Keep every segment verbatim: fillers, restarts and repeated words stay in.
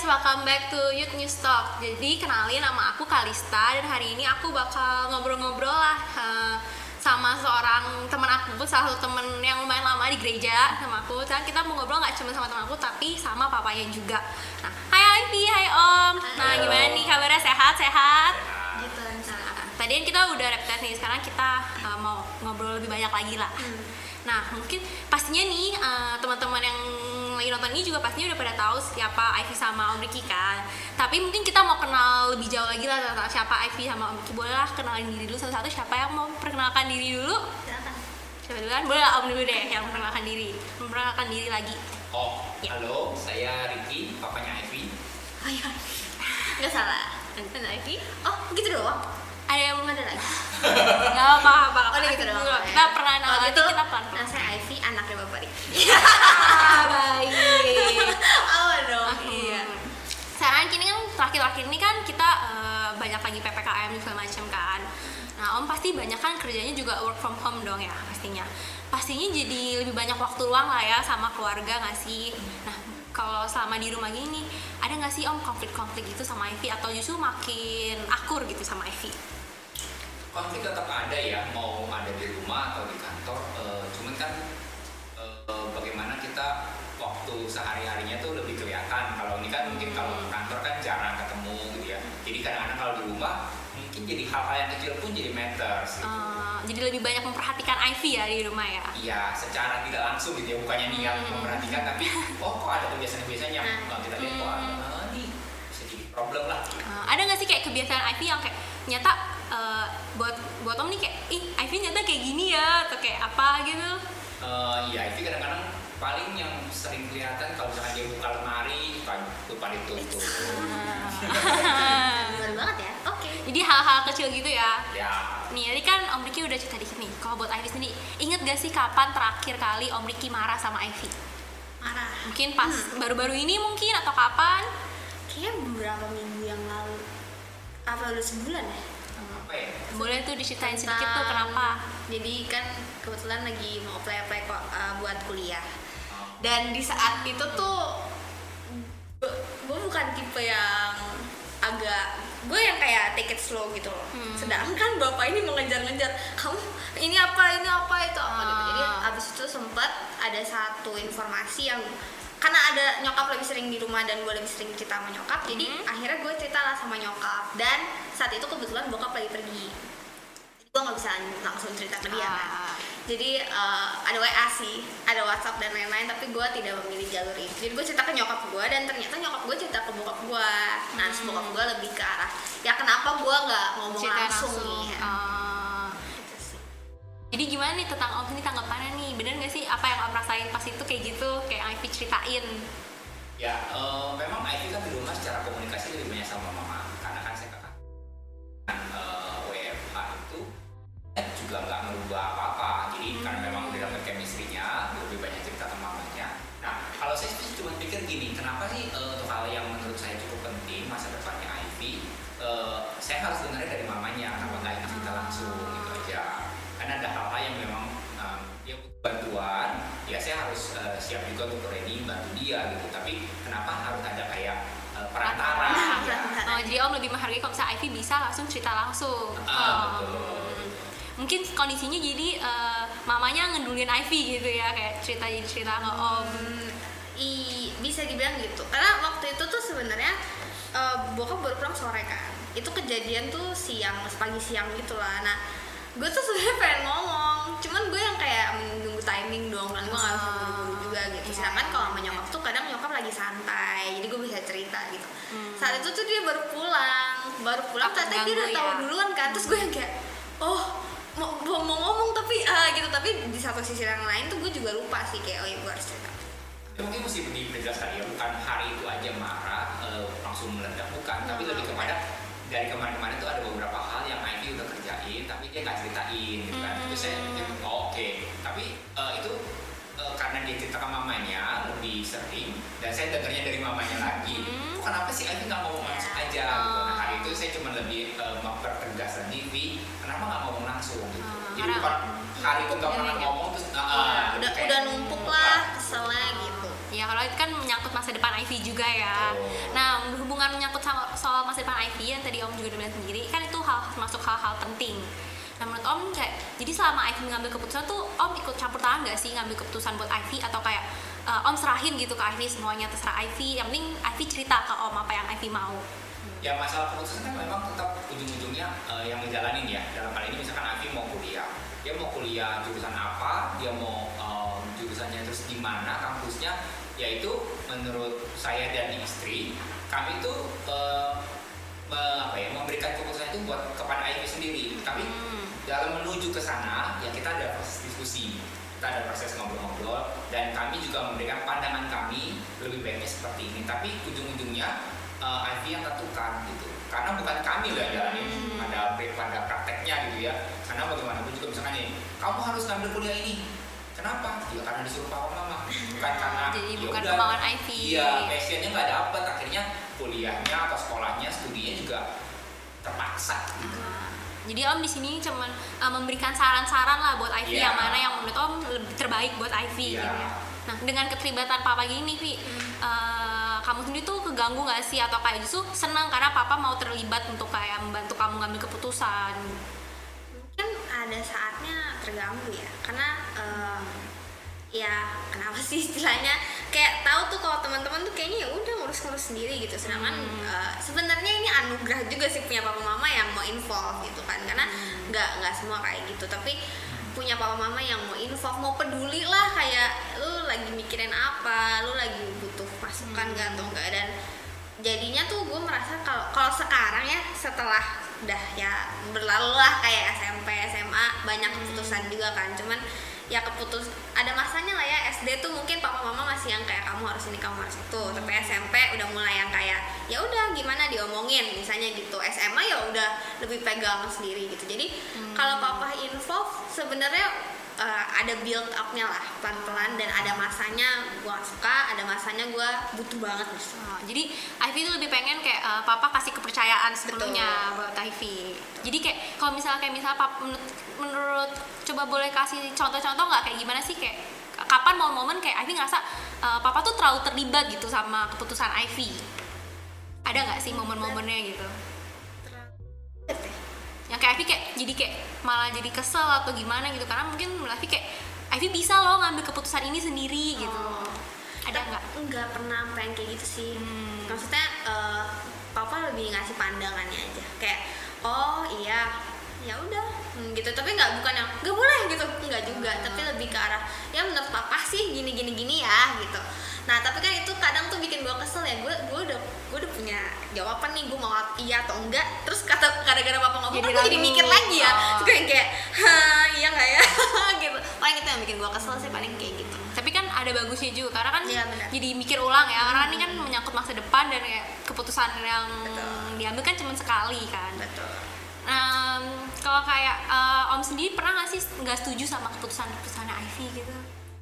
guys, welcome back to Youth News Talk. Jadi kenalin, nama aku Kalista dan hari ini aku bakal ngobrol-ngobrol lah uh, sama seorang teman aku, salah satu temen yang lumayan lama di gereja sama aku. Dan kita mau ngobrol nggak cuma sama teman aku, tapi sama papanya juga. Nah, hai Ivy, hai Om. Nah, gimana nih kabarnya? Sehat-sehat? Gitu Nah, tadi kan kita udah rapid nih, sekarang kita uh, mau ngobrol lebih banyak lagi lah. Hmm. Nah, mungkin pastinya nih uh, teman-teman yang lagi nonton ini juga pastinya udah pada tahu siapa Ivy sama Om Ricky kan. Tapi mungkin kita mau kenal lebih jauh lagi lah tentang siapa Ivy sama Om Ricky. Boleh lah kenalin diri dulu satu-satu. Siapa yang mau perkenalkan diri dulu? Silakan. Siapa duluan? Boleh lah Om dulu deh yang memperkenalkan diri. Memperkenalkan diri lagi. Oh, Ya. halo, saya Ricky, papanya Ivy. Oh iya, nggak salah. Dan Ivy? Oh gitu doang? Ada yang Ada lagi? nggak apa-apa. Oh, dia gitu doang. Dulu. Kita pernah Oh, nanti gitu. kita pelan Nah, saya Ivy, anaknya Bapak Ricky. Baik. Oh dong. Iya. Sekarang kini kan terakhir-terakhir ini kan kita uh, banyak lagi P P K M segala macam kan. Nah, Om pasti banyak kan kerjanya juga work from home dong ya pastinya. Pastinya jadi lebih banyak waktu luang lah ya sama keluarga nggak sih? Nah, kalau selama di rumah gini, ada nggak sih Om konflik-konflik gitu sama Ivy atau justru makin akur gitu sama Ivy? Konflik tetap ada ya, mau ada di rumah atau di kantor. Uh, cuman kan uh, bagaimana kita waktu sehari-harinya tuh lebih kelihatan. Kalau ini kan mungkin kalau kantor kan jarang ketemu gitu ya. Jadi kadang-kadang kalau di rumah mungkin jadi hal-hal yang kecil pun jadi matters. Gitu. Uh, jadi lebih banyak memperhatikan Ivy ya di rumah ya? Iya, secara tidak langsung gitu ya, bukannya niat Hmm. memperhatikan, tapi oh kok ada kebiasaan-kebiasaan yang Nah. uh, kita lihat kok uh, nih bisa jadi problem lah. Uh, ada nggak sih kayak kebiasaan Ivy yang kayak nyata uh, buat buat Om nih kayak ih Ivy nyata kayak gini ya atau kayak apa gitu? Uh, iya, itu kadang-kadang paling yang sering kelihatan kalau misalkan dia buka lemari, lupa, lupa ditutup. Bener banget ya. Oke. Jadi hal-hal kecil gitu ya. Ya, Nih, tadi kan Om Ricky udah cerita dikit nih. Kalau buat Ivy sendiri, inget gak sih kapan terakhir kali Om Ricky marah sama Ivy? Marah. Mungkin pas baru-baru ini mungkin atau kapan? Kayaknya beberapa minggu yang lalu. Apa udah sebulan ya? apa ya? Boleh tuh diceritain sedikit tuh Tentang- kenapa? Jadi kan kebetulan lagi mau apply-apply kok uh, buat kuliah. Oh, Dan di saat itu tuh gue bukan tipe yang agak gue yang kayak take it slow gitu loh. Hmm. Sedangkan bapak ini mengejar-ngejar kamu ini apa ini apa itu apa gitu. Ah. Jadi abis itu sempet ada satu informasi yang karena ada nyokap lebih sering di rumah dan gue lebih sering cerita sama nyokap, jadi Hmm. akhirnya gue cerita lah sama nyokap. Dan saat itu kebetulan bokap lagi pergi, jadi gue nggak bisa langsung cerita ke dia kan. Ah. Jadi uh, ada W A sih, ada WhatsApp dan lain-lain, tapi gue tidak memilih jalur itu. Jadi gue cerita ke nyokap gue dan ternyata nyokap gue cerita ke bokap gue. Nah, Hmm. bokap gue lebih ke arah ya kenapa gue nggak ngomong Cerita langsung, langsung. nih. Ah. Gitu sih. Jadi gimana nih tentang Om ini tanggapannya nih? Bener gak sih apa yang Om rasain pas itu kayak gitu? Kayak Ivy ceritain. ya uh, memang Ivy kan di rumah secara komunikasi lebih banyak sama mama, karena kan saya kakak. Dan uh, W F H itu eh, juga nggak merubah apa-apa. Jadi Hmm. karena memang udah dapet chemistry-nya, lebih banyak cerita sama mamanya. Nah, kalau saya sih cuma pikir gini, kenapa sih uh, untuk hal yang menurut saya cukup penting masa depannya Ivy, uh, saya harus dengarnya dari mamanya, kenapa nggak yang cerita langsung gitu aja. Karena ada hal-hal yang memang um, dia butuh bantuan, ya saya harus uh, siap juga untuk ready bantu dia gitu. Tapi kenapa harus ada kayak uh, perantara? ya? Oh, jadi Om lebih menghargai kalau misalnya Ivy bisa langsung cerita langsung. Ah, Oh. betul. Mungkin kondisinya jadi eh, mamanya ngedulin Ivy gitu ya, kayak cerita jadi cerita ke Om. Hmm, i bisa dibilang gitu. Karena waktu itu tuh sebenarnya uh, bokap baru pulang sore kan. Itu kejadian tuh siang, pagi siang gitu lah. Nah, gue tuh sebenarnya pengen ngomong, cuman gue yang kayak menunggu timing dong kan, gue nggak bisa buru-buru juga gitu. Iya, Sedangkan kalau sama iya. nyokap tuh kadang nyokap lagi santai, jadi gue bisa cerita gitu. Hmm. Saat itu tuh dia baru pulang, baru pulang, Takut ternyata dia udah ganggu tahu ya. duluan kan. Terus gue yang kayak, oh mau, mau, mau ngomong tapi ah gitu. Tapi di satu sisi yang lain tuh gue juga lupa sih kayak, oh iya gue harus cerita. Ya, mungkin mesti dijelaskan ya, bukan hari itu aja marah uh, langsung meledak, bukan, tapi lebih kepada dari kemarin-kemarin tuh ada beberapa hal yang Ivy udah kerjain tapi dia nggak ceritain gitu kan. Hmm. Terus saya pikir oh, oke, tapi uh, itu uh, karena dia cerita ke mamanya lebih sering dan saya dengarnya dari mamanya lagi. Hmm. Kok kenapa sih Ivy nggak ngomong langsung aja gitu. Nah, hari itu saya cuma lebih uh, mempertegas lagi, Ivy kenapa nggak ngomong langsung gitu. Hmm, Jadi karena- bukan hari itu nggak pernah Ini- ngomong terus uh, Ya, udah kayak udah numpuk lah keselnya gitu. Ya kalau itu kan menyangkut masa depan I V juga ya. Oh. Nah hubungan menyangkut sama soal masa depan I V yang tadi Om juga udah bilang sendiri kan itu hal masuk hal-hal penting. Nah menurut Om kayak jadi selama I V mengambil keputusan tuh Om ikut campur tangan nggak sih ngambil keputusan buat I V atau kayak uh, Om serahin gitu ke I V semuanya terserah I V, yang penting I V cerita ke Om apa yang I V mau. Ya masalah keputusan kan memang tetap ujung-ujungnya uh, yang ngejalanin ya. Dalam hal ini misalkan I V mau kuliah, dia mau kuliah jurusan apa, dia mau um, jurusannya terus di mana kampusnya, yaitu menurut saya dan istri kami itu uh, me, apa ya, memberikan keputusan itu buat kepada I V sendiri. Kami hmm. dalam menuju ke sana ya kita ada proses diskusi, kita ada proses ngobrol-ngobrol, dan kami juga memberikan pandangan kami lebih baiknya seperti ini. Tapi ujung-ujungnya uh, I V yang tentukan gitu, karena bukan kami loh yang jalanin hmm. pada pada prakteknya gitu ya. Karena bagaimanapun juga misalkan nih, kamu harus ngambil kuliah ini, kenapa? Ya karena disuruh papa mama, bukan karena jadi ya bukan udah, kemauan I V. Iya, passionnya nggak dapet, akhirnya kuliahnya atau sekolahnya studinya juga terpaksa gitu. Uh, jadi Om di sini cuman uh, memberikan saran-saran lah buat I V yeah. yang mana yang menurut Om lebih terbaik buat I V yeah. gitu ya. Nah dengan keterlibatan papa gini nih Vi, hmm. uh, kamu sendiri tuh keganggu nggak sih atau kayak justru senang karena papa mau terlibat untuk kayak membantu kamu ngambil keputusan? Mungkin ada saatnya terganggu ya, karena uh, ya kenapa sih istilahnya kayak tahu tuh kalau teman-teman tuh kayaknya ya udah ngurus-ngurus sendiri gitu, sedangkan hmm. uh, sebenarnya ini anugerah juga sih punya papa mama yang mau involve gitu kan, karena nggak hmm. nggak semua kayak gitu, tapi punya papa mama yang mau involve, mau peduli lah, kayak lu lagi mikirin apa, lu lagi butuh masukan hmm. gak atau enggak. Dan jadinya tuh gue merasa kalau kalau sekarang ya setelah udah ya berlalu lah kayak S M P S M A banyak keputusan hmm. juga kan, cuman ya keputus ada masanya lah ya. S D tuh mungkin papa mama masih yang kayak kamu harus ini kamu harus itu, tapi S M P udah mulai yang kayak ya udah gimana diomongin misalnya gitu. S M A ya udah lebih pegang sendiri gitu. Jadi hmm. kalau papa involve sebenarnya uh, ada build up-nya lah pelan-pelan, dan ada masanya gue suka, ada masanya gue butuh banget gitu. Oh, jadi I V itu lebih pengen kayak uh, papa kasih kepercayaan sepenuhnya buat I V. Jadi kayak kalau misalnya kayak misalnya papa, menurut, menurut coba boleh kasih contoh-contoh nggak kayak gimana sih, kayak kapan momen-momen kayak I V ngerasa uh, papa tuh terlalu terlibat gitu sama keputusan I V? Ada nggak sih momen-momennya gitu? Yang kayak I V kayak jadi kayak malah jadi kesel atau gimana gitu, karena mungkin I V kayak I V bisa loh ngambil keputusan ini sendiri gitu. Oh. Ada nggak? Nggak pernah pengen kayak gitu sih. Hmm. Maksudnya uh, papa lebih ngasih pandangannya aja, kayak oh iya ya udah hmm, gitu, tapi nggak bukan yang nggak boleh gitu, nggak juga, hmm. tapi lebih ke arah ya menurut papa sih gini gini gini ya gitu. Nah tapi kan itu kadang tuh bikin gue kesel ya, gue gue udah gue udah punya jawaban nih, gue mau iya atau enggak, terus kata gara-gara papa ngomong jadi, kan jadi mikir lagi ya, oh. terus kayak kayak hah iya nggak ya gitu. Paling itu yang bikin gue kesel sih, paling kayak gitu. Tapi kan ada bagusnya juga, karena kan ya, jadi mikir ulang ya, karena hmm. ini kan menyangkut masa depan dan kayak keputusan yang Betul. diambil kan cuma sekali kan. Betul. Um, kalau kayak uh, Om sendiri pernah nggak sih nggak setuju sama keputusan-keputusan I V gitu?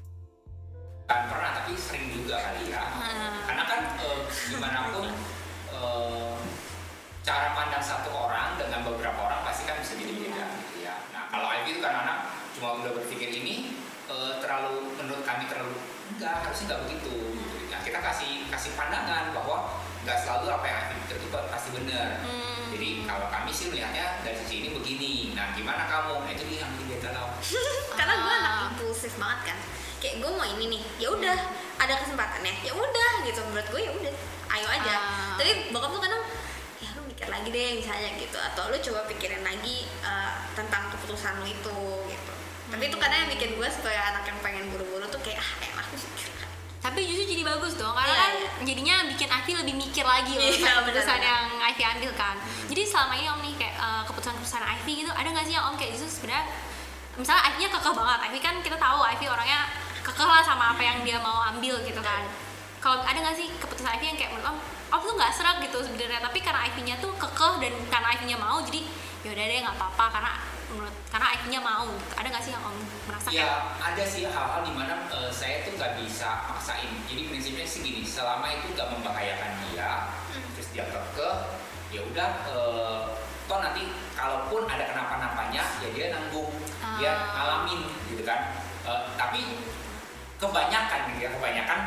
Kan pernah, tapi sering juga kali ya. Hmm. Karena kan uh, gimana pun uh, cara pandang satu orang dengan beberapa orang pasti kan bisa jadi beda gitu ya. Nah kalau I V itu kan anak cuma udah berpikir ini uh, terlalu, menurut kami terlalu enggak, harusnya nggak begitu gitu. Nah kita kasih kasih pandangan bahwa nggak selalu apa yang I V pikir itu pasti benar. Hmm. Jadi kalau kami sih melihatnya dari sisi ini begini. Nah gimana kamu? Nah itu dia yang bikin dia tahu. Karena gue anak impulsif banget kan. Kayak gue mau ini nih, ya udah ada kesempatannya, ya udah gitu. Menurut gue ya udah, ayo aja. Uh. Tapi bokap tuh kadang ya lu mikir lagi deh misalnya gitu, atau lu coba pikirin lagi uh, tentang keputusan lu itu gitu. Hmm. Tapi itu kadang yang bikin gue sebagai anak yang pengen buru-buru tuh kayak ah enak sih. Tapi justru jadi bagus dong, karena yeah, kan yeah. jadinya bikin I V lebih mikir lagi loh yeah, keputusan yang I V ambil kan. Hmm. Jadi selama ini Om nih kayak uh, keputusan-keputusan I V gitu, ada nggak sih yang Om kayak justru sebenarnya misalnya I V-nya kekeh banget, I V kan kita tahu I V orangnya kekeh lah sama apa yang dia mau ambil gitu kan. Kalau ada nggak sih keputusan I V yang kayak menurut Om, Om tuh nggak serak gitu sebenarnya, tapi karena I V-nya tuh kekeh dan karena I V-nya mau, jadi yaudah deh nggak apa-apa karena menurut karena I V-nya mau. Ada nggak sih yang Om merasa ya, kayak? Ada sih hal-hal dimana uh, saya tuh nggak bisa maksain. Jadi prinsipnya sih gini, selama itu nggak membahayakan dia, hmm. terus dia kekeh, ya udah. Uh, toh nanti kalaupun ada kenapa-napanya, ya dia nanggung, uh. dia ngalamin gitu kan. Uh, tapi kebanyakan gitu ya, kebanyakan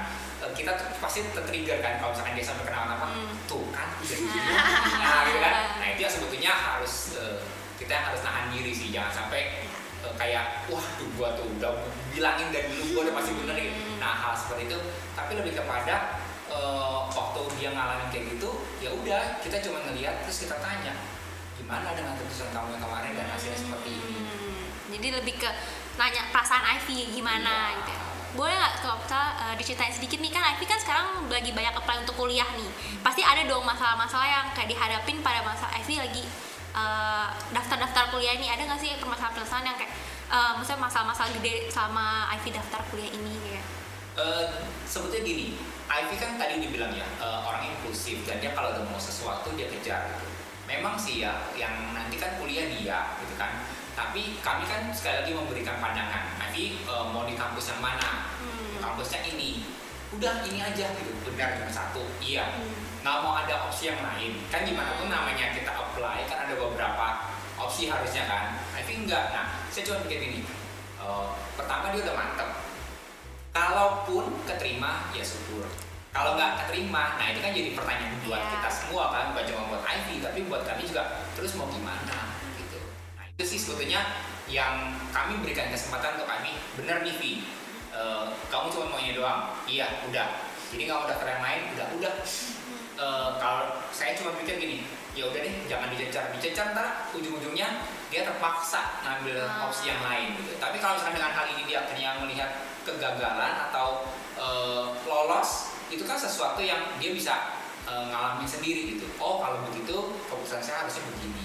uh, kita tuh pasti tertrigger kan kalau misalkan dia sampai kenal apa Hmm. tuh kan udah gini nah gitu kan nah itu yang sebetulnya harus uh, kita yang harus nahan diri sih jangan sampai uh, kayak wah tuh gua tuh udah bilangin dari dulu gua udah pasti bener gitu nah hal seperti itu tapi lebih kepada uh, waktu dia ngalamin kayak gitu ya udah kita cuma ngelihat terus kita tanya gimana dengan keputusan kamu yang kemarin dan hasilnya seperti ini. Hmm, jadi lebih ke nanya perasaan Ivy gimana Iya. gitu ya. Boleh nggak kalau kita uh, diceritain sedikit nih kan Ivy kan sekarang lagi banyak apply untuk kuliah nih. Pasti ada dong masalah-masalah yang kayak dihadapin pada masa Ivy lagi uh, daftar-daftar kuliah ini. Ada nggak sih permasalahan-permasalahan yang kayak uh, misalnya masalah-masalah gede selama Ivy daftar kuliah ini kayak? Uh, sebetulnya gini, Ivy kan tadi dibilang ya uh, orang impulsif dan dia kalau udah mau sesuatu dia kejar gitu. Memang sih ya yang nanti kan kuliah dia gitu kan. Tapi kami kan sekali lagi memberikan pandangan. Nanti uh, mau di kampus yang mana? Hmm. Kampusnya ini. Udah ini aja gitu. Benar cuma satu. Iya. Hmm. Nggak mau ada opsi yang lain. Kan gimana pun namanya kita apply kan ada beberapa opsi harusnya kan. Ivy enggak. Nah, saya cuma pikir gini. Uh, pertama dia udah mantep. Kalaupun keterima ya syukur. Kalau nggak keterima, nah itu kan jadi pertanyaan buat Yeah. kita semua kan, bukan cuma buat Ivy, tapi buat kami juga. Terus mau gimana gitu. Nah itu sih sebetulnya yang kami berikan kesempatan untuk kami. Bener nih Vi, uh, kamu cuma mau ini doang. Iya, udah. Jadi nggak mau daftar yang lain, udah udah. Uh, kalau saya cuma pikir gini, ya udah deh, jangan dicecar, dicecar ntar ujung-ujungnya dia terpaksa ngambil Ah. opsi yang lain gitu. Tapi kalau misalkan dengan hal ini dia akhirnya melihat kegagalan atau uh, lolos, itu kan sesuatu yang dia bisa uh, ngalamin sendiri gitu. Oh kalau begitu keputusan saya harusnya begini.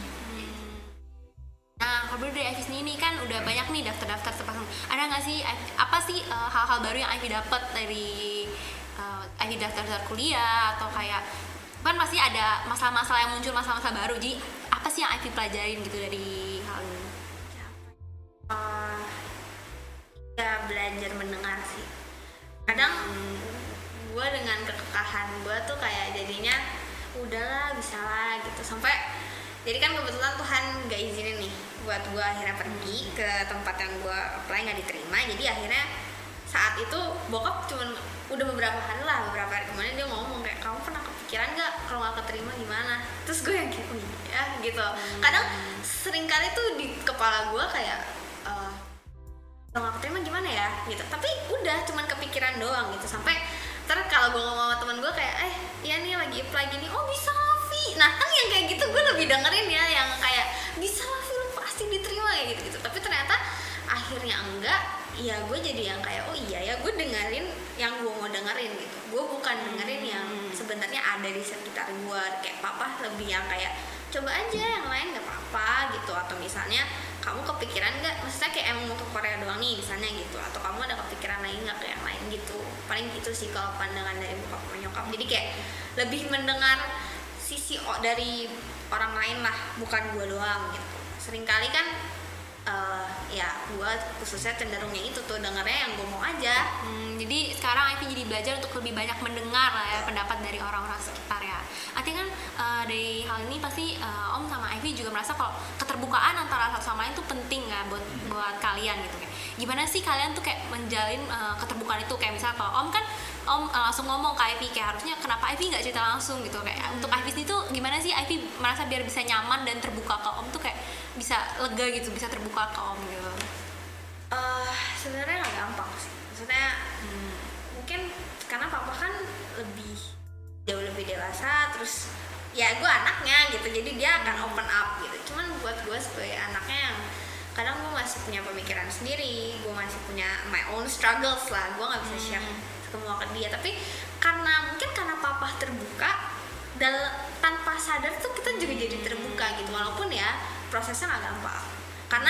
Nah, kalau dari Ivy sendiri nih kan udah banyak nih daftar-daftar sepasang. Ada nggak sih apa sih uh, hal-hal baru yang Ivy dapat dari uh, Ivy daftar-daftar kuliah atau kayak kan pasti ada masalah-masalah yang muncul masalah-masalah baru. Jadi apa sih yang Ivy pelajarin gitu dari hal ini? Uh, ya belajar mendengar sih. Kadang gue dengan kekekahan gue tuh kayak jadinya udahlah bisa lah gitu sampai jadi kan kebetulan Tuhan nggak izinin nih buat gue akhirnya pergi ke tempat yang gue apply nggak diterima jadi akhirnya saat itu bokap cuman udah beberapa hari lah beberapa hari kemarin dia ngomong kayak kamu pernah kepikiran nggak kalau nggak keterima gimana terus gue yang kayak oh iya gitu kadang sering kali tuh di kepala gue kayak uh, kalau nggak keterima gimana ya gitu tapi udah cuman kepikiran doang gitu sampai ntar kalau gue ngomong sama temen gue kayak eh iya nih lagi apply gini oh bisa Lavi nah kan yang kayak gitu gue lebih dengerin ya yang kayak bisa Lavi lu pasti diterima kayak gitu gitu tapi ternyata akhirnya enggak ya gue jadi yang kayak oh iya ya gue dengerin yang gue mau dengerin gitu gue bukan dengerin yang sebenarnya ada di sekitar gue kayak papa lebih yang kayak coba aja yang lain nggak apa-apa gitu atau misalnya kamu kepikiran nggak maksudnya kayak emang mau ke Korea doang nih misalnya gitu atau kamu ada kepikiran lain nggak ke yang lain gitu paling gitu sih kalau pandangan dari bokap sama nyokap jadi kayak lebih mendengar sisi dari orang lain lah bukan gue doang gitu seringkali kan uh, ya gue khususnya cenderungnya itu tuh dengarnya yang gue mau aja Hmm, jadi sekarang Ivy jadi belajar untuk lebih banyak mendengar lah ya pendapat dari orang-orang sekitar ya. Artinya kan uh, dari hal ini pasti uh, Om sama Ivy juga merasa kalau keterbukaan antara satu sama lain tuh penting nggak buat buat kalian gitu kayak. Gimana sih kalian tuh kayak menjalin uh, keterbukaan itu kayak misalnya kalau Om kan Om uh, langsung ngomong ke Ivy kayak harusnya kenapa Ivy nggak cerita langsung gitu kayak hmm. untuk Ivy itu gimana sih Ivy merasa biar bisa nyaman dan terbuka ke Om tuh kayak bisa lega gitu bisa terbuka ke Om gitu. Uh, sebenarnya nggak gampang sih maksudnya hmm, mungkin karena papa kan lebih jauh lebih dewasa terus ya gue anaknya gitu jadi dia akan open up gitu cuman buat gue sebagai anaknya yang kadang gue masih punya pemikiran sendiri gue masih punya my own struggles lah gue nggak bisa share semua ke dia tapi karena mungkin karena papa terbuka dan tanpa sadar tuh kita juga jadi terbuka gitu walaupun ya prosesnya nggak gampang karena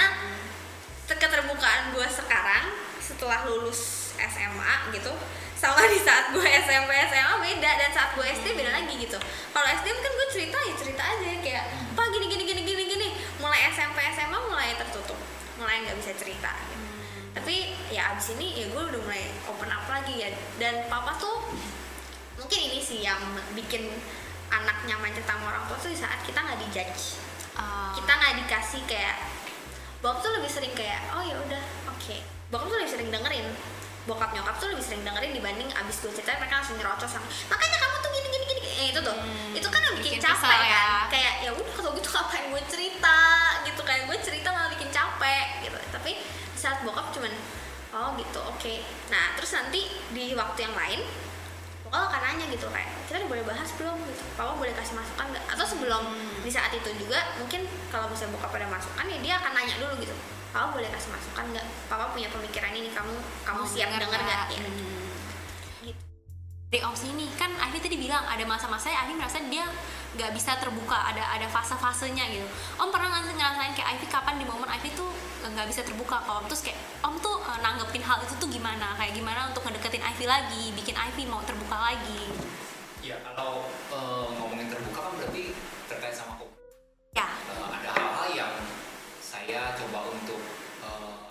keterbukaan gue sekarang setelah lulus S M A gitu sama di saat gue S M P S M A beda dan saat gue S D beda lagi gitu kalau S D kan gue cerita ya cerita aja kayak pak gini gini gini gini gini mulai S M P S M A mulai tertutup mulai nggak bisa cerita gitu. hmm. Tapi ya abis ini ya gue udah mulai open up lagi ya dan papa tuh mungkin ini sih yang bikin anak nyaman cerita sama orang tua tuh di saat kita nggak dijudge uh. kita nggak dikasih kayak Bokap tuh lebih sering kayak oh ya udah oke okay. Bokap tuh lebih sering dengerin bokap nyokap tuh lebih sering dengerin dibanding abis gue ceritain mereka langsung nyerocos sama makanya kamu tuh gini gini gini eh, itu tuh hmm, itu kan yang bikin, bikin capek kan ya. Kayak ya udah kalau gitu ngapain gue cerita gitu, kayak gue cerita malah bikin capek gitu. Tapi saat bokap cuman oh gitu oke okay. Nah terus nanti di waktu yang lain bokap akan nanya gitu kayak kita boleh bahas belum gitu, papa boleh kasih masukan nggak, atau sebelum hmm. di saat itu juga mungkin kalau misalnya bokap ada masukan ya dia akan nanya dulu gitu, papa boleh kasih masukan nggak, papa punya pemikiran ini, kamu kamu oh, siap dengar nggak ya. Hmm. Gitu. Dari om sini kan Ivy tadi bilang ada masa-masa Ivy merasa dia nggak bisa terbuka, ada ada fase-fasenya gitu. Om pernah nggak ngerasain kayak Ivy kapan di momen Ivy tuh nggak bisa terbuka ke om, terus kayak om tuh uh, nanggepin hal itu tuh gimana, kayak gimana untuk ngedeketin Ivy lagi, bikin Ivy mau terbuka lagi. Ya kalau uh, ngomongin terbuka kan berarti terkait sama aku. Ya. Uh, ada hal-hal yang saya coba untuk uh,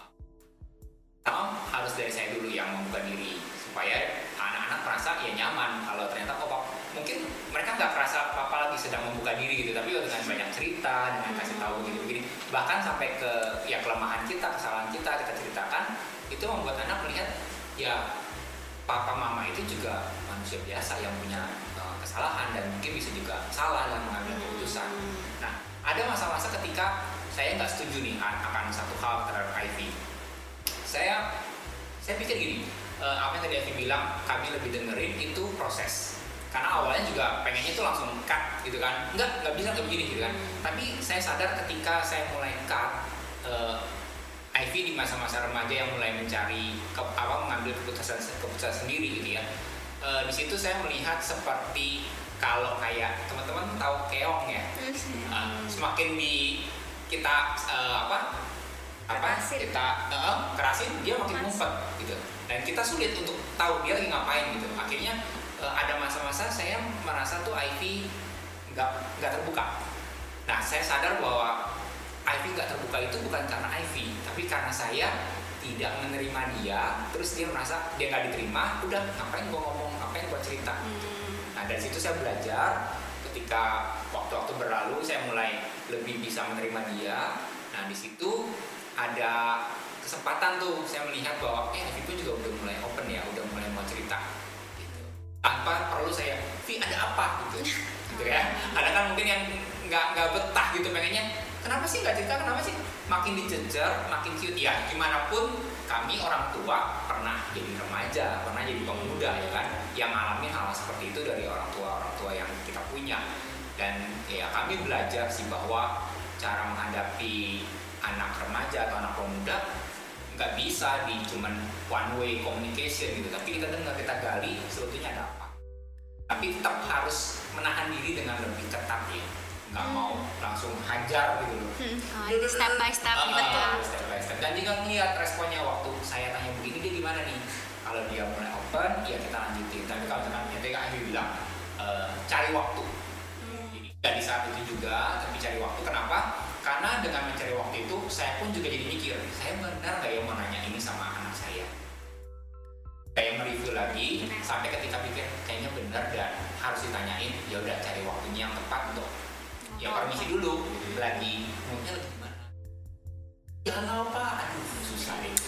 harus dari saya dulu yang membuka diri supaya anak-anak merasa ya nyaman. Kalau ternyata kok mungkin mereka nggak kerasa papa lagi sedang membuka diri gitu, tapi dengan banyak cerita, dengan kasih tahu begini-begini, bahkan sampai ke ya kelemahan kita, kesalahan kita kita ceritakan, itu membuat anak melihat ya papa mama itu juga manusia biasa yang punya uh, kesalahan dan mungkin bisa juga salah dalam mengambil keputusan. Nah ada masa-masa ketika saya nggak setuju nih akan satu hal terhadap Ivy. Saya saya pikir gini, uh, apa yang tadi Ivy bilang kami lebih dengerin itu proses. Karena awalnya juga pengennya itu langsung cut gitu kan, enggak nggak bisa kayak begini gitu kan. Tapi saya sadar ketika saya mulai cut, uh, Ivy di masa-masa remaja yang mulai mencari ke, apa mengambil keputusan keputusan sendiri gitu ya. Uh, di situ saya melihat seperti kalau kayak teman-teman tahu keong ya, uh, semakin di kita uh, apa apa kerasin. kita uh, kerasin dia makin ngumpet gitu. Dan kita sulit untuk tahu dia lagi ngapain gitu. Akhirnya Uh, ada masa-masa saya merasa tuh Ivy nggak nggak terbuka. Nah saya sadar bahwa Ivy nggak terbuka itu bukan karena Ivy, tapi karena saya tidak menerima dia. Terus dia merasa dia nggak diterima, udah ngapain gua ngomong, ngapain gua cerita. Hmm. Nah dari situ saya belajar. Ketika waktu-waktu berlalu saya mulai lebih bisa menerima dia. Nah di situ ada kesempatan tuh saya melihat bahwa eh Ivy pun juga udah mulai open ya, udah mulai mau cerita. Tanpa perlu saya, Vi ada apa gitu, gitu ya. Ada kan mungkin yang nggak nggak betah gitu pengennya, kenapa sih nggak cerita, kenapa sih makin dijejer, makin cute ya. Gimana pun kami orang tua pernah jadi remaja, pernah jadi pemuda ya kan, yang ngalamin hal seperti itu dari orang tua orang tua yang kita punya. Dan ya kami belajar sih bahwa cara menghadapi anak remaja atau anak pemuda nggak bisa di cuman one way communication gitu, tapi kita dengar, kita gali sebetulnya ada apa. Tapi tetap harus menahan diri dengan lebih ketat ya, nggak hmm. mau langsung hajar gitu loh. Hmm. Oh, jadi step by step uh, gitu. Uh, step by step. Dan juga lihat responnya waktu saya tanya begini dia gimana nih. Kalau dia mulai open, ya kita lanjutin. Tapi kalau misalkan ketika Ivy bilang uh, cari waktu, hmm. jadi nggak di saat itu juga, tapi cari waktu. Kenapa? Karena dengan mencari waktu itu, saya pun juga jadi mikir, saya benar nggak ya mau nanya ini sama anak saya? Kayak mereview lagi, sampai ketika pikir kayaknya benar dan harus ditanyain, ya udah cari waktunya yang tepat untuk ya permisi dulu, lagi moodnya lagi gimana? Jangan apa, aduh susah deh.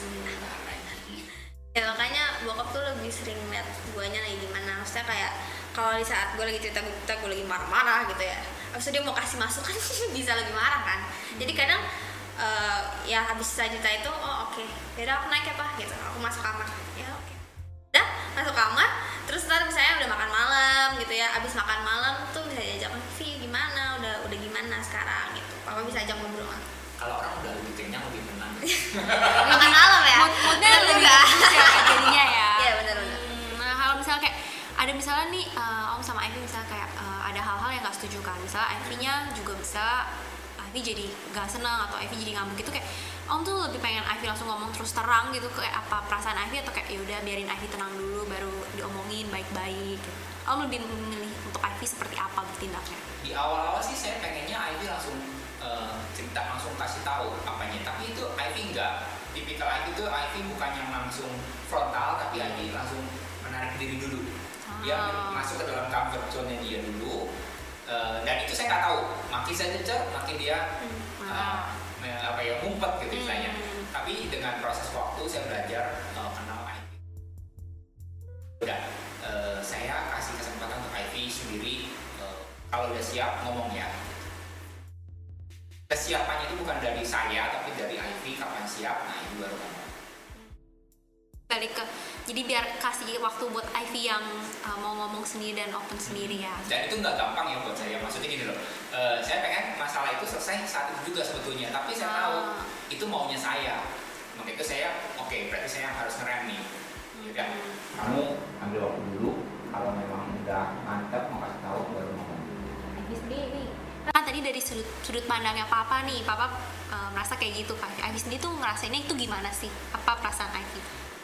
Ya makanya bokap tuh lebih sering lihat guanya lagi gimana, maksudnya kayak kalau di saat gue lagi cerita gue, gue lagi marah-marah gitu ya, abis itu dia mau kasih masukan bisa lebih marah kan. Jadi kadang uh, ya habis saya cerita itu, oh oke, okay. Yaudah aku naik ya pak gitu, aku masuk kamar, ya oke, okay. Udah masuk kamar, terus ntar misalnya udah makan malam gitu ya, abis makan malam tuh bisa diajak, Vi gimana, udah udah gimana sekarang gitu, papa bisa ajak ngobrol. Kalau orang udah lebih kenyang lebih tenang. Makan malam ya, moodnya lebih jadinya ya. Iya benar-benar. Hmm, nah kalau misalnya kayak ada misalnya nih uh, om sama Ivy misalnya kayak uh, ada hal-hal yang nggak setuju kan, misalnya Ivy-nya juga bisa Ivy jadi nggak senang atau Ivy jadi ngambek gitu, kayak om tuh lebih pengen Ivy langsung ngomong terus terang gitu kayak apa perasaan Ivy, atau kayak yaudah biarin Ivy tenang dulu baru diomongin baik-baik gitu. Om lebih memilih untuk Ivy seperti apa bertindaknya? Di awal-awal sih saya pengennya Ivy langsung uh, cerita, langsung kasih tahu apanya, tapi itu Ivy enggak. Tipikal Ivy itu Ivy bukan yang langsung frontal, tapi Ivy langsung menarik diri dulu. Dia masuk ke dalam comfort zone-nya dia dulu, uh, dan itu saya nggak tahu. Makin saya jejer, makin dia uh, apa ya ngumpet gitu misalnya. Hmm. Tapi dengan proses waktu saya belajar uh, kenal Ivy. Udah, uh, saya kasih kesempatan untuk Ivy sendiri, uh, kalau udah siap ngomong ya. Kesiapannya itu bukan dari saya, tapi dari Ivy kapan siap, nah itu baru ngomong. Balik ke, jadi biar kasih waktu buat Ivy yang uh, mau ngomong sendiri dan open sendiri ya. Dan itu nggak gampang ya buat saya, maksudnya gini loh, uh, saya pengen masalah itu selesai saat itu juga sebetulnya, tapi saya tahu Ah. itu maunya saya. Maka itu saya, oke okay, berarti saya harus ngerem nih. Ya, kamu ambil waktu dulu, kalau memang udah mantap mau kasih tahu baru ngomong. Ivy sendiri nih, kan tadi dari sudut sudut pandangnya papa nih, papa uh, merasa kayak gitu kan. Ivy sendiri tuh ngerasainnya itu gimana sih? Apa perasaan Ivy?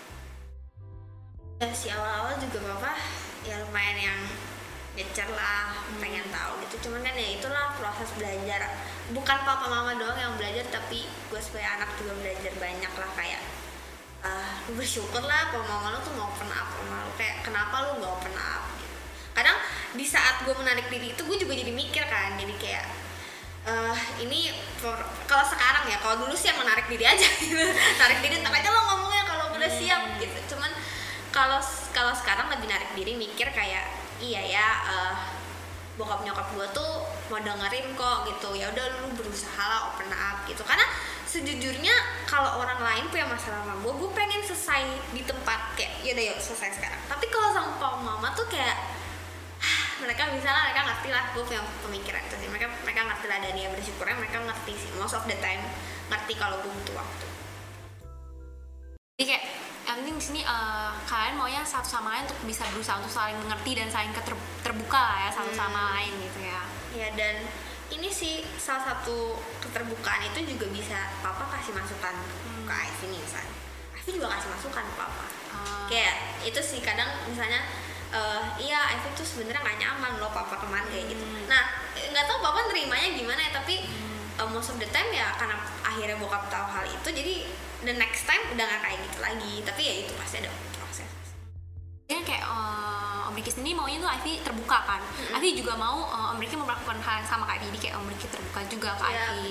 Ya si awal-awal juga papa ya lumayan yang ngecer lah, hmm. pengen tahu gitu. Cuman kan ya itulah proses belajar. Bukan papa mama doang yang belajar, tapi gue sebagai anak juga belajar banyak lah, kayak uh, lu bersyukur lah kalau mama lu tuh mau open up sama lu, kayak kenapa lu gak open up gitu. Kadang di saat gue menarik diri itu gue juga jadi mikir kan, jadi kayak uh, ini for- kalau sekarang ya, kalau dulu sih yang menarik diri aja gitu. Tarik diri ntar aja lo ngomongnya kalau udah siap gitu. Cuman kalau kalau sekarang lebih narik diri, mikir kayak iya ya, uh, bokap nyokap gue tuh mau dengerin kok gitu. Ya udah lu berusaha lah open up gitu. Karena sejujurnya kalau orang lain punya masalah sama gue, gue pengen selesai di tempat kayak ya udah yuk selesai sekarang. Tapi kalau sama papa mama tuh kayak mereka bisa lah, mereka ngerti lah gue punya pemikiran itu sih. Mereka mereka ngerti lah, dan ya bersyukurnya mereka ngerti sih, most of the time ngerti kalau gue butuh waktu. Jadi kayak yang penting di sini uh, kalian maunya satu sama lain untuk bisa berusaha untuk saling mengerti dan saling keter- terbuka lah ya satu sama hmm. lain gitu ya. Ya, dan ini sih salah satu keterbukaan itu juga bisa papa kasih masukan hmm. ke Ivy nih misalnya. Ivy juga kasih masukan ke papa. Uh. Kayak itu sih kadang misalnya uh, iya Ivy tuh sebenarnya nggak nyaman loh papa kemana kayak gitu. Hmm. Nah nggak tahu papa nerimanya gimana ya, tapi hmm. uh, most of the time ya karena akhirnya bokap tahu hal itu, jadi the next time udah nggak kayak gitu lagi. Tapi ya itu pasti ada proses. Kan kayak uh, Om Ricky sendiri maunya tuh Ivy terbuka kan. Mm-hmm. Ivy juga mau uh, Om Ricky melakukan hal yang sama kayak Ivy, jadi kayak Om Ricky terbuka juga ke yeah. Ivy.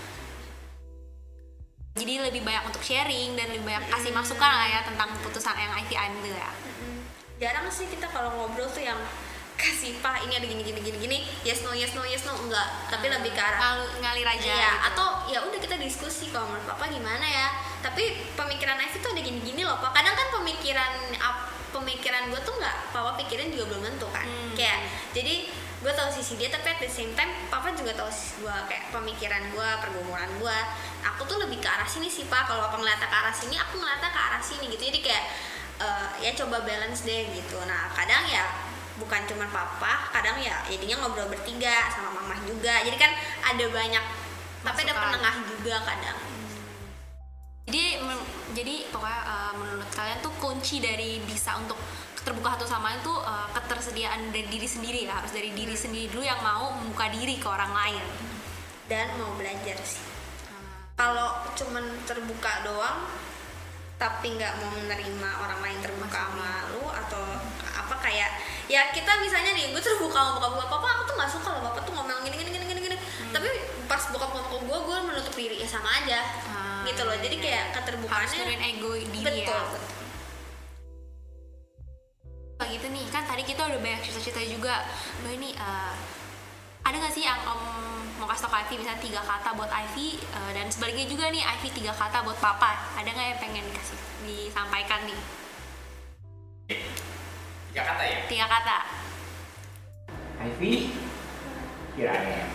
Jadi lebih banyak untuk sharing dan lebih banyak kasih mm-hmm. masukan lah ya tentang keputusan yang Ivy ambil ya. Mm-hmm. Jarang sih kita kalau ngobrol tuh yang kasih pak ini ada gini gini gini gini yes no yes no yes no enggak, tapi hmm. lebih ke arah Ngal, ngalir aja ya, gitu. Atau ya udah kita diskusi kalau menurut papa gimana ya, tapi pemikiran Ivy tuh ada gini gini loh pak. Kadang kan pemikiran up, pemikiran gue tuh nggak papa pikirin juga belum tentu kan. hmm. Kayak jadi gue tahu sisi dia, tapi at the same time papa juga tahu sisi gue, kayak pemikiran gue, pergumulan gue. Aku tuh lebih ke arah sini sih pak, kalau papa ngeliatnya ke arah sini, aku ngeliatnya ke arah sini gitu. Jadi kayak uh, ya coba balance deh gitu. Nah kadang ya bukan cuma papa, kadang ya jadinya ngobrol bertiga sama mama juga. Jadi kan ada banyak, masukan. Tapi ada penengah juga kadang. Hmm. Jadi men- jadi pokoknya uh, menurut kalian tuh kunci dari bisa untuk terbuka satu sama lain tuh uh, ketersediaan dari diri sendiri ya, harus dari diri sendiri dulu yang mau membuka diri ke orang lain dan mau belajar sih. Hmm. Kalau cuman terbuka doang tapi nggak mau menerima orang lain terbuka sama lu atau apa, kayak ya kita misalnya nih gue terbuka sama bokap gue, papa aku tuh nggak suka loh bapak tuh ngomel gini gini gini gini gini hmm. tapi pas bokap ngomong ke gue, gue menutup diri ya sama aja hmm, gitu loh. Jadi kayak keterbukaannya harus ego diri betul, ya betul. Kayak gitu nih kan tadi kita udah banyak cerita-cerita juga. Loh ini uh, ada nggak sih yang om mau kasih tau ke Ivy misalnya tiga kata buat Ivy, uh, dan sebaliknya juga nih Ivy tiga kata buat papa, ada nggak yang pengen dikasih disampaikan nih? Tiga kata ya? Tiga kata. Ivy, here I am.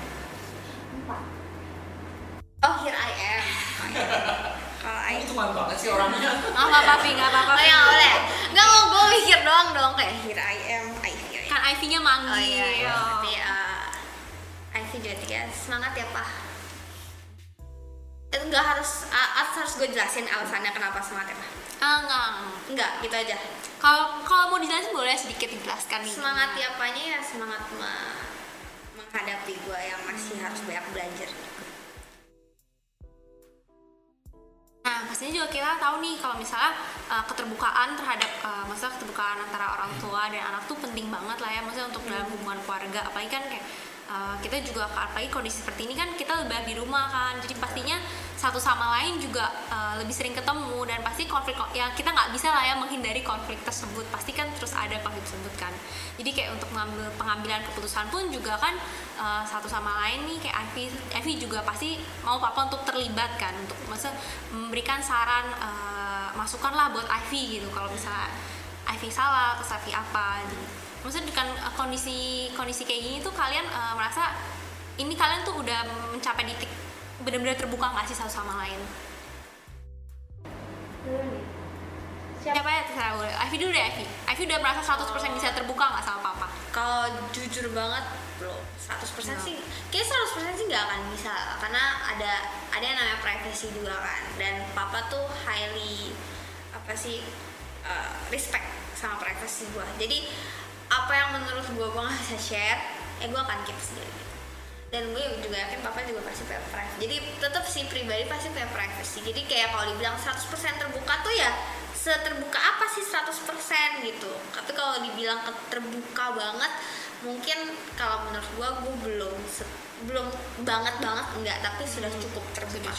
Oh here I am. Kalau I itu malu banget sih orangnya. Nggak apa-apa, Pi, nggak apa-apa. Oh ya boleh. Nggak mau gue mikir doang dong kayak here I am, Ivy. Kan Ivy-nya manggil. Oh iya, iya. Tapi uh, Ivy juga tiga semangat ya pak. Itu nggak harus uh, harus gue jelasin alasannya kenapa semangat ya pak? Ah enggak. Enggak, gitu aja. Kalau kalau mau dijelasin boleh sedikit dijelaskan nih. Semangat ya apanya ya semangat me- menghadapi gue yang masih hmm. harus banyak belajar. Nah, pastinya juga kita tahu nih kalau misalnya uh, keterbukaan terhadap uh, masalah keterbukaan antara orang tua dan anak tuh penting banget lah ya, maksudnya untuk dalam hubungan keluarga. Apalagi kan kayak uh, kita juga apalagi kondisi seperti ini kan kita lebih di rumah kan, jadi pastinya satu sama lain juga uh, lebih sering ketemu, dan pasti konflik ya kita nggak bisa lah ya menghindari konflik tersebut, pasti kan terus ada konflik tersebut kan. Jadi kayak untuk mengambil pengambilan keputusan pun juga kan uh, satu sama lain nih, kayak Ivy Ivy juga pasti mau papa untuk terlibat kan, untuk masa memberikan saran uh, masukan lah buat Ivy gitu kalau misalnya Ivy salah atau Ivy apa gitu. Maksudnya dengan uh, kondisi kondisi kayak gini tuh kalian uh, merasa ini kalian tuh udah mencapai titik benar-benar terbuka nggak sih satu sama lain? Siapa ya, terserah boleh. Ivy dulu deh, Ivy. Ivy udah merasa seratus persen bisa terbuka nggak sama papa? Kalau jujur banget belum seratus persen sih. Kayaknya seratus persen sih nggak akan bisa, karena ada ada yang namanya privacy juga kan, dan papa tuh highly apa sih uh, respect sama privacy gue. Jadi apa yang menurut gue gue nggak bisa share, eh gue akan keep sendiri. Dan gue juga yakin papa juga pasti punya privacy. Jadi tetap sih pribadi pasti punya privacy. Jadi kayak kalau dibilang seratus persen terbuka tuh ya seterbuka apa sih seratus persen gitu. Tapi kalau dibilang terbuka banget, mungkin kalau menurut gue gue belum belum banget banget enggak, tapi sudah cukup terbuka.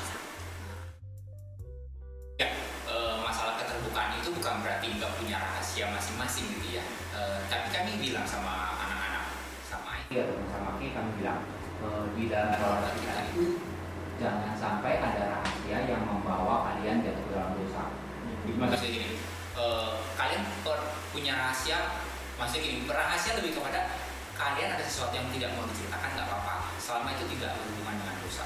Ya, e, masalah keterbukaan itu bukan berarti nggak punya rahasia masing-masing gitu ya. E, tapi kami bilang sama anak-anak, sama Ivy atau sama Ki, kami bilang e, di dalam keluarga kita itu jangan sampai ada rahasia yang membawa kalian jatuh dalam dosa. Maksudnya gini, e, kalian punya rahasia, maksudnya gini, berahasia lebih kepada kalian ada sesuatu yang tidak mau diceritakan nggak apa-apa, selama itu tidak berhubungan dengan dosa.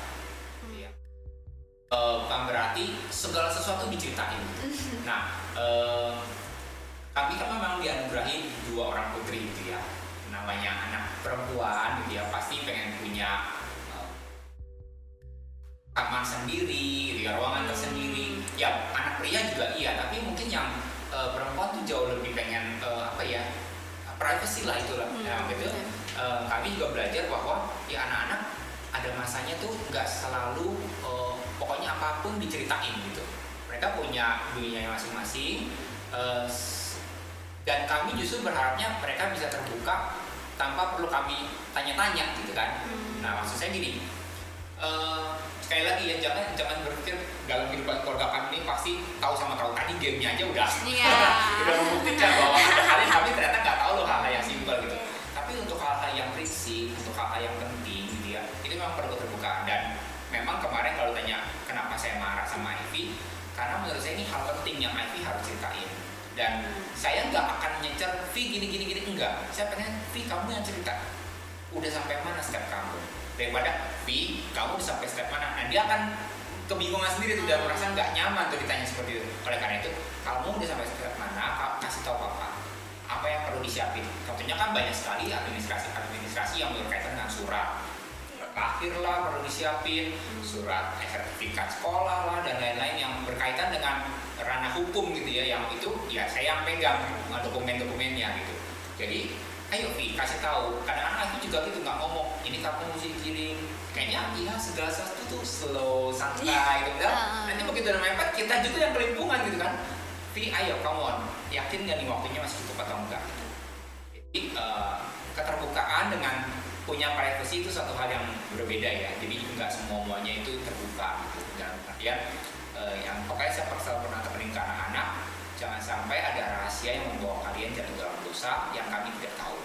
Uh, bukan berarti segala sesuatu diceritain. Nah, uh, kami kan memang dianugerahi dua orang putri gitu ya. Namanya anak perempuan gitu ya, pasti pengen punya uh, kamar sendiri, gitu ya, ruangan tersendiri. Ya, anak pria juga iya, tapi mungkin yang uh, perempuan tuh jauh lebih pengen uh, apa ya, privacy lah itulah. Hmm, nah, gitu. Uh, kami juga belajar bahwa ya anak-anak ada masanya tuh nggak selalu uh, pokoknya apapun diceritain gitu. Mereka punya dunianya masing-masing, uh, dan kami justru berharapnya mereka bisa terbuka tanpa perlu kami tanya-tanya gitu kan. Hmm. Nah, maksud saya gini, uh, sekali lagi ya, jangan jangan berpikir dalam kehidupan keluarga kami ini pasti tahu sama tahu. Tadi gamenya aja udah yeah. udah membuktikan bahwa ada kalian kami ternyata nggak tahu loh hal-hal yang simpel gitu. Tapi untuk hal-hal yang prinsip, untuk hal-hal yang penting gitu ya, itu memang perlu terbuka. Dan memang kemarin kalau tanya kenapa saya marah sama Ivy, karena menurut saya ini hal penting yang Ivy harus ceritain. Dan saya nggak akan nyecer V gini gini gini, enggak. Saya pengen V kamu yang cerita. Udah sampai mana step kamu? Daripada V kamu udah sampai step mana? Nah dia akan kebingungan sendiri tuh dan merasa nggak nyaman tuh ditanya seperti itu. Oleh karena itu kamu udah sampai step mana? Kasih tahu papa. Apa yang perlu disiapin? Contohnya kan banyak sekali administrasi-administrasi yang berkaitan dengan surat akhir lah perlu disiapin, surat sertifikat sekolah lah dan lain-lain yang berkaitan dengan ranah hukum gitu ya, yang itu ya saya yang pegang dokumen-dokumennya gitu. Jadi ayo Vi kasih tahu, kadang-kadang aku juga gitu nggak ngomong ini kamu mesti kirim, kayaknya ya segala sesuatu tuh slow santai gitu kan. Nanti begitu udah mepet kita juga yang kelimpungan gitu kan. Vi ayo come on, yakin nggak nih waktunya masih cukup atau enggak? Jadi uh, keterbukaan dengan punya privacy itu satu hal yang berbeda ya. Jadi nggak semua-muanya itu terbuka gitu. Dalam artian uh, yang pokoknya saya selalu pernah tekenin ke anak-anak, jangan sampai ada rahasia yang membawa kalian jatuh dalam dosa yang kami tidak tahu.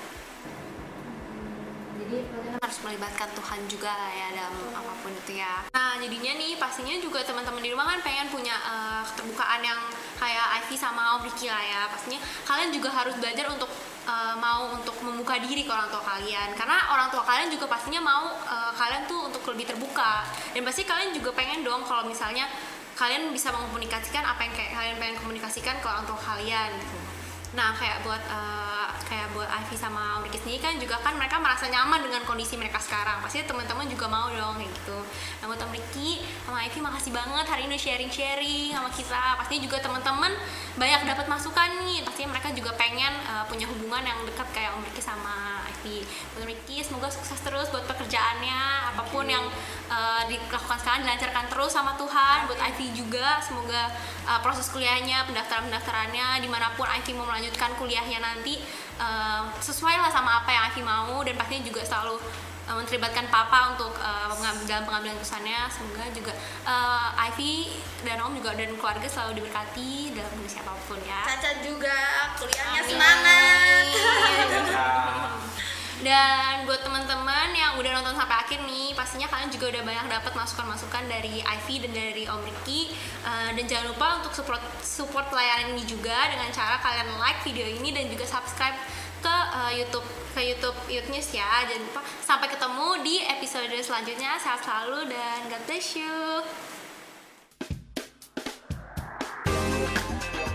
Jadi kalian harus melibatkan Tuhan juga lah ya dalam apapun itu ya. Nah jadinya nih pastinya juga teman-teman di rumah kan pengen punya uh, keterbukaan yang kayak Ivy sama Om Ricky lah ya. Pastinya kalian juga harus belajar untuk uh, mau untuk membuka diri ke orang tua kalian, karena orang tua kalian juga pastinya mau uh, kalian tuh untuk lebih terbuka, dan pasti kalian juga pengen dong kalau misalnya kalian bisa mengkomunikasikan apa yang kayak kalian pengen komunikasikan ke orang tua kalian gitu. Nah kayak buat uh, kayak buat Ivy sama Om Ricky sendiri kan juga kan mereka merasa nyaman dengan kondisi mereka sekarang, pasti teman-teman juga mau dong kayak gitu. Nah buat Om Ricky sama Ivy makasih banget hari ini sharing-sharing sama kita. Pastinya juga teman-teman banyak dapat masukan nih, pastinya mereka juga pengen uh, punya hubungan yang dekat kayak Om Ricky sama Ivy. Buat Om Ricky semoga sukses terus buat pekerjaannya, apapun yang uh, dilakukan sekarang dilancarkan terus sama Tuhan. Buat Ivy juga semoga uh, proses kuliahnya, pendaftaran-pendaftarannya dimanapun Ivy mau melanjutkan kuliahnya nanti uh, sesuai lah sama apa yang Ivy mau, dan pastinya juga selalu uh, menterlibatkan papa untuk uh, mengambil dalam pengambilan keputusannya. Semoga juga uh, Ivy dan Om juga dan keluarga selalu diberkati dalam kondisi apapun ya. Caca juga kuliahnya Amin. semangat. Dan buat teman-teman yang udah nonton sampai akhir nih, pastinya kalian juga udah banyak dapat masukan-masukan dari Ivy dan dari Om Ricky. Uh, dan jangan lupa untuk support support pelayanan ini juga dengan cara kalian like video ini dan juga subscribe ke uh, YouTube ke YouTube Youth News ya. Jangan lupa. Sampai ketemu di episode selanjutnya. Sehat selalu dan God bless you.